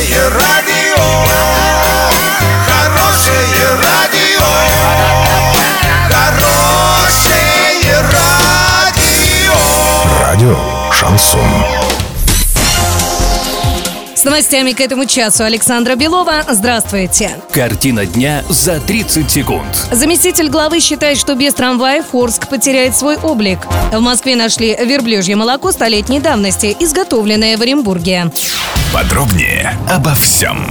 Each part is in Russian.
Хорошее радио, хорошее радио, хорошее радио. Радио «Шансон». С новостями к этому часу Александра Белова. Здравствуйте. Картина дня за 30 секунд. Заместитель главы считает, что без трамваев Орск потеряет свой облик. В Москве нашли верблюжье молоко столетней давности, изготовленное в Оренбурге. Подробнее обо всем.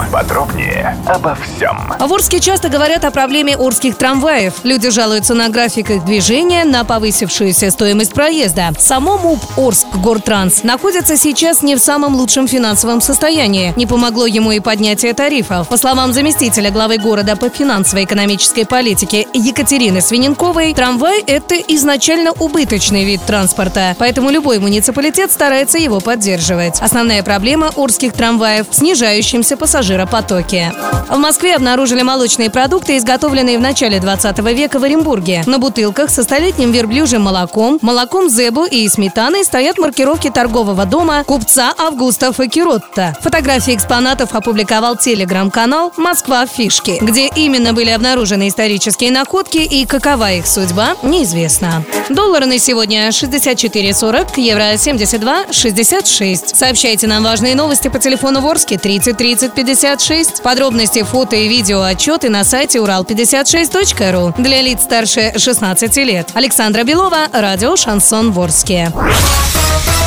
В Орске часто говорят о проблеме орских трамваев. Люди жалуются на график их движения, на повысившуюся стоимость проезда. Само МУП «Орскгортранс» находится сейчас не в самом лучшем финансовом состоянии. Не помогло ему и поднятие тарифов. По словам заместителя главы города по финансово-экономической политике Екатерины Свиненковой, трамвай – это изначально убыточный вид транспорта, поэтому любой муниципалитет старается его поддерживать. Основная проблема орских трамваев в снижающемся пассажиропотоке. В Москве обнаружили молочные продукты, изготовленные в начале 20 века в Оренбурге. На бутылках со столетним верблюжьим молоком, молоком зебу и сметаной стоят маркировки торгового дома купца Августа Факиротта. Фотографии экспонатов опубликовал телеграм-канал «Москва в фишке». Где именно были обнаружены исторические находки и какова их судьба, неизвестно. Доллары на сегодня 64,40, евро 72,66. Сообщайте нам важные новости по телефону в Орске 30 30 56. Подробности, фото и видео отчеты на сайте урал56.ру для лиц старше 16 лет. Александра Белова, радио «Шансон» в Орске.